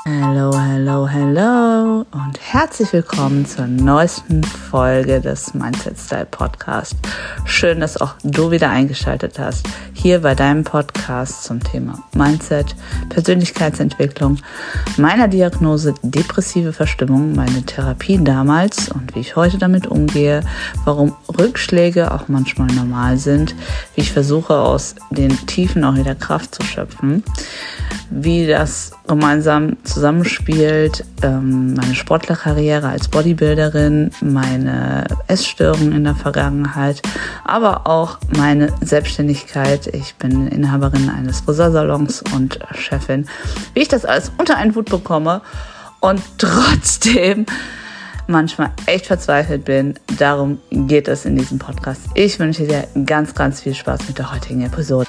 Hello und herzlich willkommen zur neuesten Folge des Mindset Style Podcast. Schön, dass auch du wieder eingeschaltet hast, hier bei deinem Podcast zum Thema Mindset, Persönlichkeitsentwicklung, meiner Diagnose depressive Verstimmung, meine Therapie damals und wie ich heute damit umgehe, warum Rückschläge auch manchmal normal sind, wie ich versuche aus den Tiefen auch wieder Kraft zu schöpfen, wie das gemeinsam zusammenspielt, meine Sportlerkarriere als Bodybuilderin, meine Essstörungen in der Vergangenheit, aber auch meine Selbstständigkeit. Ich bin Inhaberin eines Friseursalons und Chefin. Wie ich das alles unter einen Hut bekomme und trotzdem manchmal echt verzweifelt bin, darum geht es in diesem Podcast. Ich wünsche dir ganz, ganz viel Spaß mit der heutigen Episode.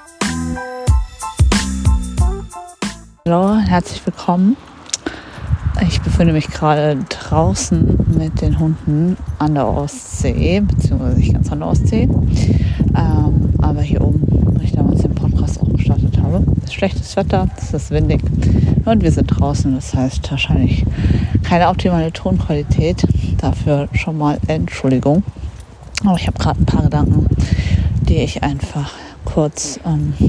Hallo, herzlich willkommen. Ich befinde mich gerade draußen mit den Hunden an der Ostsee, beziehungsweise nicht ganz an der Ostsee, aber hier oben, wo ich damals den Podcast auch gestartet habe. Es ist schlechtes Wetter, es ist windig und wir sind draußen. Das heißt wahrscheinlich keine optimale Tonqualität. Dafür schon mal Entschuldigung. Aber ich habe gerade ein paar Gedanken, die ich einfach kurz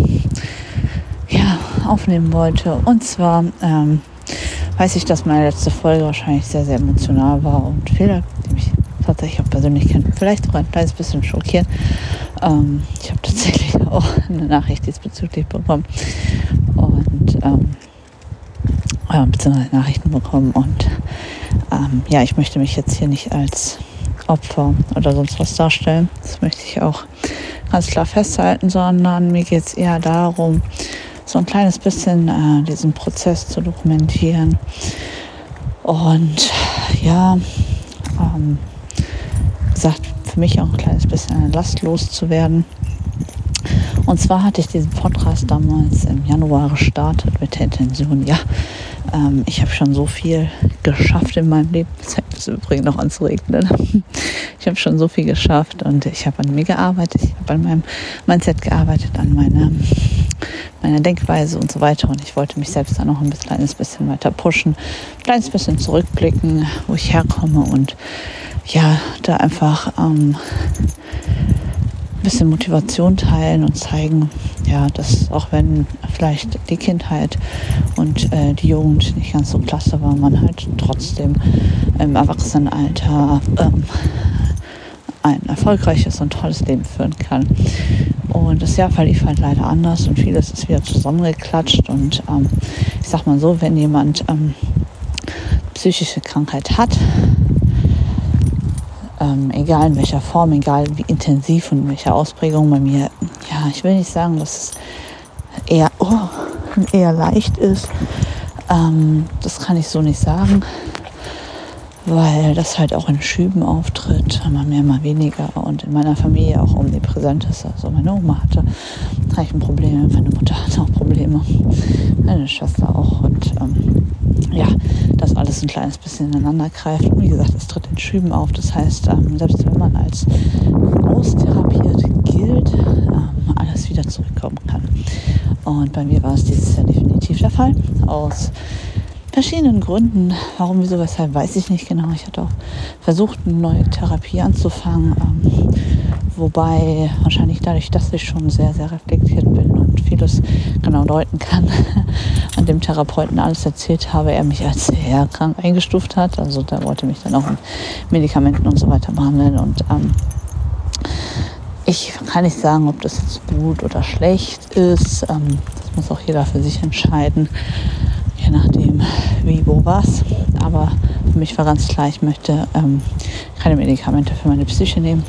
aufnehmen wollte. Und zwar weiß ich, dass meine letzte Folge wahrscheinlich sehr, sehr emotional war und viele, die mich tatsächlich auch persönlich kennen, vielleicht sogar ein kleines bisschen schockieren. Ich habe tatsächlich auch eine Nachricht diesbezüglich bekommen und beziehungsweise Nachrichten bekommen und ich möchte mich jetzt hier nicht als Opfer oder sonst was darstellen. Das möchte ich auch ganz klar festhalten, sondern mir geht es eher darum, so ein kleines bisschen diesen Prozess zu dokumentieren und gesagt, für mich auch ein kleines bisschen eine Last loszuwerden. Und zwar hatte ich diesen Podcast damals im Januar gestartet mit der Intention, ich habe schon so viel geschafft in meinem Leben. Es fängt es übrigens noch an zu regnen. Ich habe schon so viel geschafft und ich habe an mir gearbeitet, ich habe an meinem Mindset gearbeitet, an meiner Denkweise und so weiter. Und ich wollte mich selbst dann noch ein kleines bisschen weiter pushen, ein kleines bisschen zurückblicken, wo ich herkomme und da einfach ein bisschen Motivation teilen und zeigen, dass auch wenn vielleicht die Kindheit und die Jugend nicht ganz so klasse war, man halt trotzdem im Erwachsenenalter ein erfolgreiches und tolles Leben führen kann. Und das Jahr verlief halt leider anders und vieles ist wieder zusammengeklatscht und ich sag mal so, wenn jemand psychische Krankheit hat, egal in welcher Form, egal wie intensiv und in welcher Ausprägung bei mir, ich will nicht sagen, dass es eher leicht ist, das kann ich so nicht sagen, weil das halt auch in Schüben auftritt, mal mehr, mal weniger und in meiner Familie auch omnipräsent ist. Also meine Oma hatte Probleme, meine Mutter hatte auch Probleme, meine Schwester auch und das alles ein kleines bisschen ineinander greift. Und wie gesagt, es tritt in Schüben auf. Das heißt, selbst wenn man als austherapiert gilt, alles wieder zurückkommen kann. Und bei mir war es dieses Jahr definitiv der Fall. Aus verschiedenen Gründen. Warum, wieso, weshalb, weiß ich nicht genau. Ich hatte auch versucht, eine neue Therapie anzufangen. Wobei wahrscheinlich dadurch, dass ich schon sehr, sehr reflektiert bin und vieles genau deuten kann, an dem Therapeuten alles erzählt habe, er mich als sehr krank eingestuft hat. Also der wollte mich dann auch mit Medikamenten und so weiter behandeln. Und ich kann nicht sagen, ob das jetzt gut oder schlecht ist. Das muss auch jeder für sich entscheiden. Je nachdem, wie, wo, was. Aber für mich war ganz klar, ich möchte keine Medikamente für meine Psyche nehmen.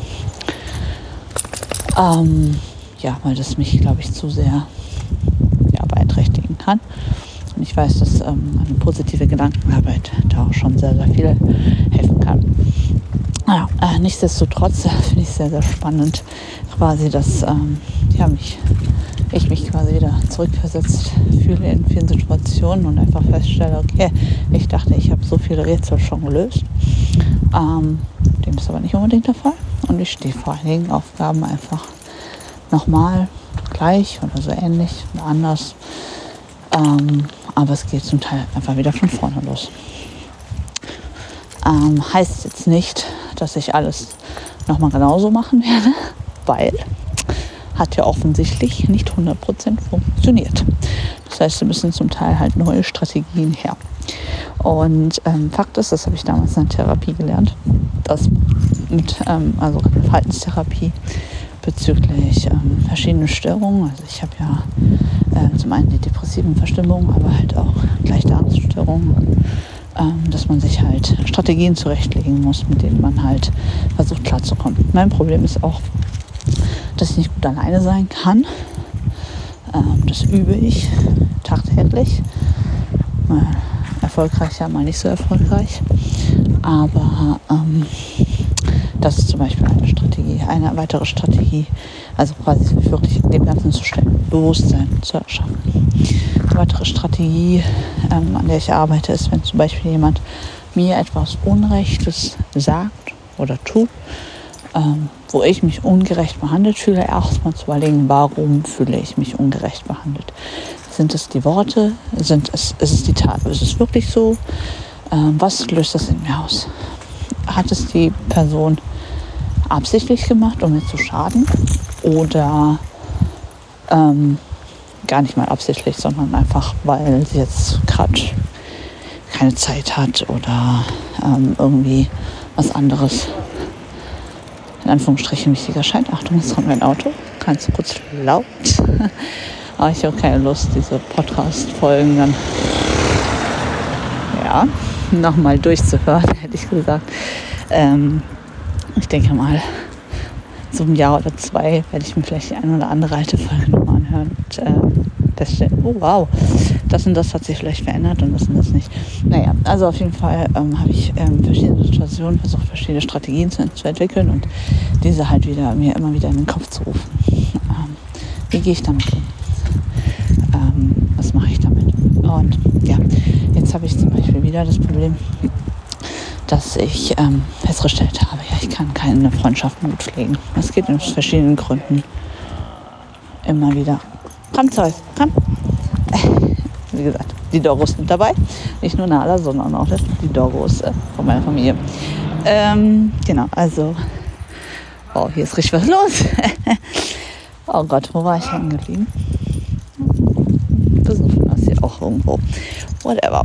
Weil das mich, glaube ich, zu sehr beeinträchtigen kann. Und ich weiß, dass eine positive Gedankenarbeit da auch schon sehr, sehr viel helfen kann. Nichtsdestotrotz finde ich es sehr, sehr spannend, quasi, dass ich mich quasi wieder zurückversetzt fühle in vielen Situationen und einfach feststelle, okay, ich dachte, ich habe so viele Rätsel schon gelöst. Dem ist aber nicht unbedingt der Fall. Und ich stehe vor einigen Aufgaben einfach nochmal gleich oder so ähnlich oder anders aber es geht zum Teil einfach wieder von vorne los. Heißt jetzt nicht, dass ich alles nochmal genauso machen werde, weil hat ja offensichtlich nicht 100% funktioniert. Das heißt, wir müssen zum Teil halt neue Strategien her. Und Fakt ist, das habe ich damals in der Therapie gelernt, dass mit also Verhaltenstherapie bezüglich verschiedenen Störungen, also ich habe ja zum einen die depressiven Verstimmungen, aber halt auch leichte Angststörungen, dass man sich halt Strategien zurechtlegen muss, mit denen man halt versucht klarzukommen. Mein Problem ist auch, dass ich nicht gut alleine sein kann. Das übe ich tagtäglich. Mal erfolgreicher, mal nicht so erfolgreich. Aber das ist zum Beispiel eine Strategie. Eine weitere Strategie, also quasi wirklich dem Ganzen zu stellen, Bewusstsein zu erschaffen. Eine weitere Strategie, an der ich arbeite, ist, wenn zum Beispiel jemand mir etwas Unrechtes sagt oder tut, wo ich mich ungerecht behandelt fühle, erstmal zu überlegen, warum fühle ich mich ungerecht behandelt. Sind es die Worte? Ist es die Tat? Ist es wirklich so? Was löst das in mir aus? Hat es die Person absichtlich gemacht, um mir zu schaden? Oder gar nicht mal absichtlich, sondern einfach, weil sie jetzt gerade keine Zeit hat oder irgendwie was anderes in Anführungsstrichen wichtiger scheint. Achtung, jetzt kommt mein Auto. Ganz kurz laut. Aber ich habe keine Lust, diese Podcast-Folgen dann nochmal durchzuhören, hätte ich gesagt. Ich denke mal, so ein Jahr oder 2 werde ich mir vielleicht die eine oder andere alte Folge nochmal anhören und feststellen, oh wow, das und das hat sich vielleicht verändert und das und das nicht. Naja, also auf jeden Fall habe ich verschiedene Situationen versucht, verschiedene Strategien zu entwickeln und diese halt mir immer wieder in den Kopf zu rufen. Wie gehe ich damit um? Was mache ich damit? Und ja, jetzt habe ich zum Beispiel wieder das Problem, dass ich festgestellt habe, ja, ich kann keine Freundschaften gut pflegen. Das geht aus verschiedenen Gründen. Immer wieder. Komm, Zeus, komm. Wie gesagt, die Doggos sind dabei. Nicht nur Nala, sondern auch die Doggos von meiner Familie. Genau, also, oh, hier ist richtig was los. Oh Gott, wo war ich hängen geblieben? Besuchen das hier auch irgendwo. Whatever.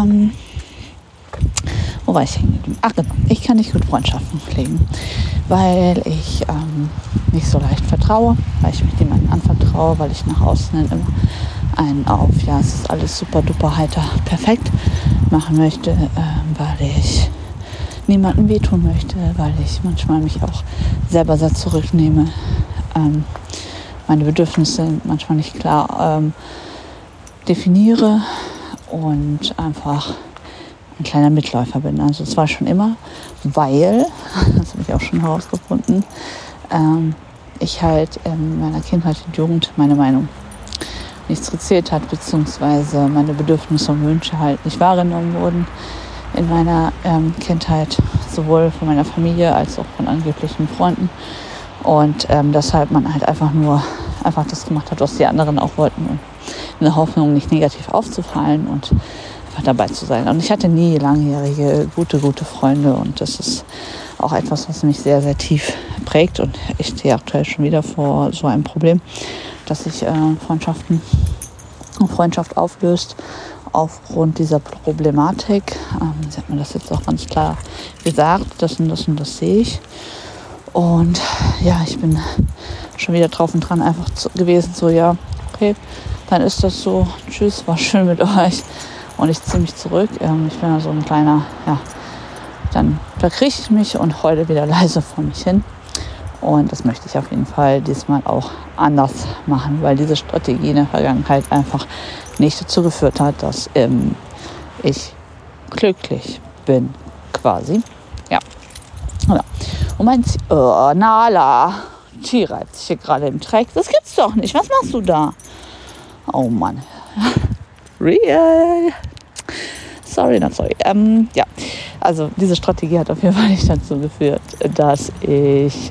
Wo war ich hängen geblieben? Ach genau, ich kann nicht gut Freundschaften pflegen, weil ich nicht so leicht vertraue, weil ich mich jemandem anvertraue, weil ich nach außen hin immer einen auf, ja, es ist alles super duper heiter perfekt machen möchte, weil ich niemandem wehtun möchte, weil ich manchmal mich auch selber sehr zurücknehme, meine Bedürfnisse manchmal nicht klar definiere und einfach ein kleiner Mitläufer bin. Also es war schon immer, weil, das habe ich auch schon herausgefunden, ich halt in meiner Kindheit und Jugend meine Meinung nichts gezählt hat, beziehungsweise meine Bedürfnisse und Wünsche halt nicht wahrgenommen wurden in meiner Kindheit, sowohl von meiner Familie als auch von angeblichen Freunden. Und deshalb man halt einfach das gemacht hat, was die anderen auch wollten, und in der Hoffnung, nicht negativ aufzufallen und einfach dabei zu sein. Und ich hatte nie langjährige, gute Freunde, und das ist auch etwas, was mich sehr, sehr tief prägt. Und ich stehe aktuell schon wieder vor so einem Problem, dass sich Freundschaft auflöst aufgrund dieser Problematik. Sie hat mir das jetzt auch ganz klar gesagt, das und das und das sehe ich. Und ja, ich bin schon wieder drauf und dran einfach gewesen, so ja, okay, dann ist das so, tschüss, war schön mit euch. Und ich ziehe mich zurück. Ich bin ja so ein kleiner, ja, dann verkrieche ich mich und heule wieder leise vor mich hin. Und das möchte ich auf jeden Fall diesmal auch anders machen, weil diese Strategie in der Vergangenheit einfach nicht dazu geführt hat, dass ich glücklich bin, quasi. Ja. Und mein Nala, die reibt sich hier gerade im Dreck. Das gibt's doch nicht. Was machst du da? Oh Mann. Real. Sorry, not sorry. Ja, also diese Strategie hat auf jeden Fall nicht dazu geführt, dass ich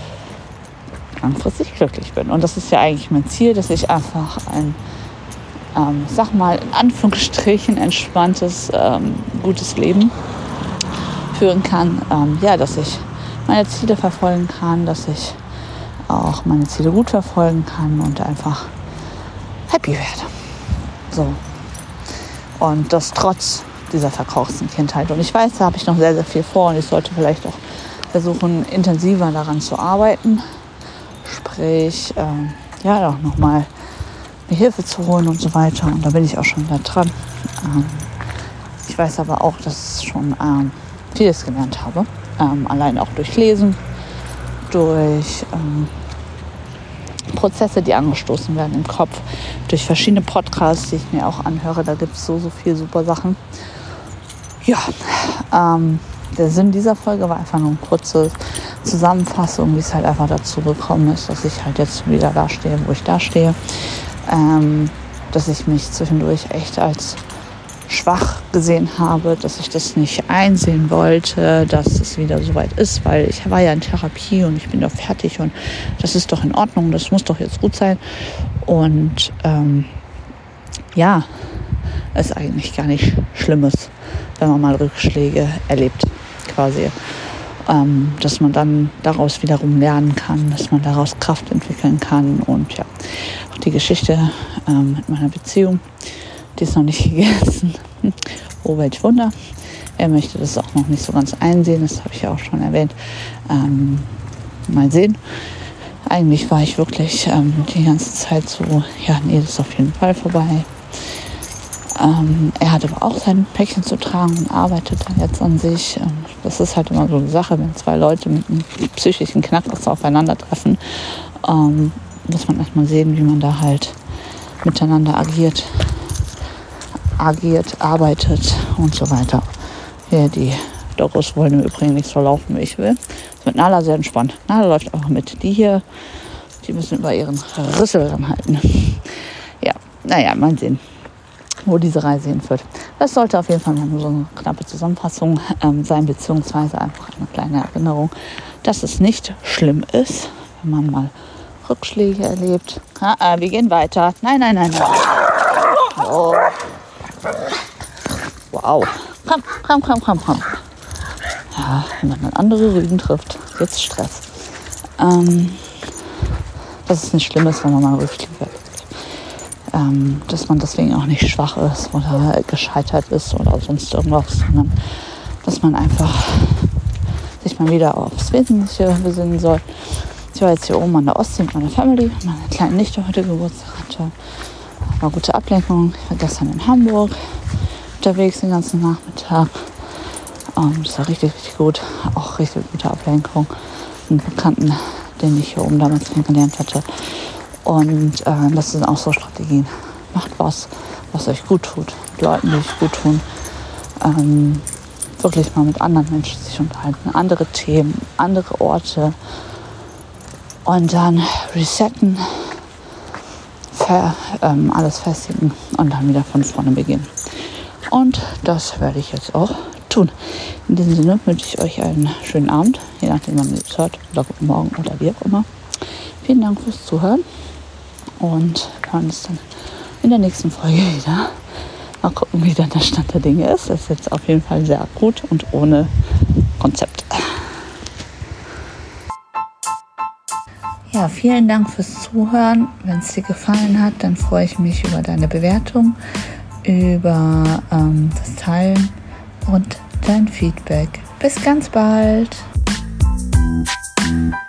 langfristig glücklich bin. Und das ist ja eigentlich mein Ziel, dass ich einfach ich sag mal in Anführungsstrichen entspanntes, gutes Leben führen kann. Dass ich meine Ziele verfolgen kann, dass ich auch meine Ziele gut verfolgen kann und einfach happy werde. So. Und das trotz dieser verkorksten Kindheit. Und ich weiß, da habe ich noch sehr, sehr viel vor und ich sollte vielleicht auch versuchen, intensiver daran zu arbeiten. Sprich, auch nochmal mir Hilfe zu holen und so weiter. Und da bin ich auch schon da dran. Ich weiß aber auch, dass ich schon vieles gelernt habe. Allein auch durch Lesen, durch Prozesse, die angestoßen werden im Kopf, durch verschiedene Podcasts, die ich mir auch anhöre. Da gibt es so viele super Sachen. Ja, der Sinn dieser Folge war einfach nur eine kurze Zusammenfassung, wie es halt einfach dazu gekommen ist, dass ich halt jetzt wieder da stehe, wo ich da stehe. Dass ich mich zwischendurch echt als schwach gesehen habe, dass ich das nicht einsehen wollte, dass es wieder soweit ist, weil ich war ja in Therapie und ich bin doch fertig und das ist doch in Ordnung, das muss doch jetzt gut sein. Und ist eigentlich gar nicht Schlimmes, wenn man mal Rückschläge erlebt, quasi. Dass man dann daraus wiederum lernen kann, dass man daraus Kraft entwickeln kann. Und ja, auch die Geschichte mit meiner Beziehung, die ist noch nicht gegessen. Oh, welch Wunder. Er möchte das auch noch nicht so ganz einsehen, das habe ich ja auch schon erwähnt. Mal sehen. Eigentlich war ich wirklich die ganze Zeit so, das ist auf jeden Fall vorbei. Er hat aber auch sein Päckchen zu tragen und arbeitet dann jetzt an sich. Das ist halt immer so eine Sache, wenn zwei Leute mit einem psychischen Knackers aufeinandertreffen, muss man erstmal sehen, wie man da halt miteinander agiert, arbeitet und so weiter. Ja, die Dokus wollen im Übrigen nicht so laufen, wie ich will. Das ist mit Nala sehr entspannt. Nala läuft einfach mit. Die müssen über ihren Rüssel ranhalten. Ja, mal sehen, wo diese Reise hinführt. Das sollte auf jeden Fall nur so eine knappe Zusammenfassung sein, beziehungsweise einfach eine kleine Erinnerung, dass es nicht schlimm ist, wenn man mal Rückschläge erlebt. Wir gehen weiter. Nein. Oh. Wow. Komm. Ja, wenn man dann andere Rüden trifft, gibt's Stress. Dass es nicht schlimm ist, wenn man mal Rückschläge erlebt. Dass man deswegen auch nicht schwach ist oder gescheitert ist oder sonst irgendwas, sondern dass man einfach sich mal wieder aufs Wesentliche besinnen soll. Ich war jetzt hier oben an der Ostsee mit meiner Family. Meine kleine Nichte heute Geburtstag hatte. War gute Ablenkung. Ich war gestern in Hamburg unterwegs den ganzen Nachmittag. Das war richtig gut. Auch richtig gute Ablenkung. Einen Bekannten, den ich hier oben damals kennengelernt hatte. Und das sind auch so Strategien. Macht was euch gut tut. Mit Leuten, die euch gut tun. Wirklich mal mit anderen Menschen sich unterhalten. Andere Themen, andere Orte. Und dann resetten. Alles festigen und dann wieder von vorne beginnen. Und das werde ich jetzt auch tun. In diesem Sinne wünsche ich euch einen schönen Abend, je nachdem, wann ihr es hört, oder guten Morgen oder wie auch immer. Vielen Dank fürs Zuhören und wir hören uns dann in der nächsten Folge wieder. Mal gucken, wie dann der Stand der Dinge ist. Das ist jetzt auf jeden Fall sehr akut und ohne Konzept. Ja, vielen Dank fürs Zuhören. Wenn es dir gefallen hat, dann freue ich mich über deine Bewertung, über das Teilen und dein Feedback. Bis ganz bald.